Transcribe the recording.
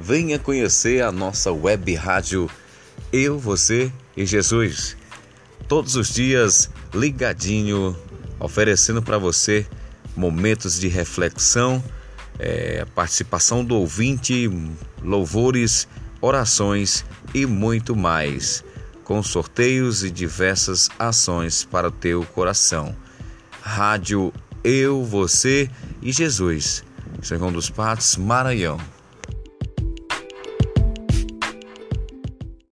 Venha conhecer a nossa web rádio Eu, Você e Jesus. Todos os dias ligadinho, oferecendo para você momentos de reflexão, participação do ouvinte, louvores, orações e muito mais, com sorteios e diversas ações para o teu coração. Rádio Eu, Você e Jesus, São João dos Patos, Maranhão.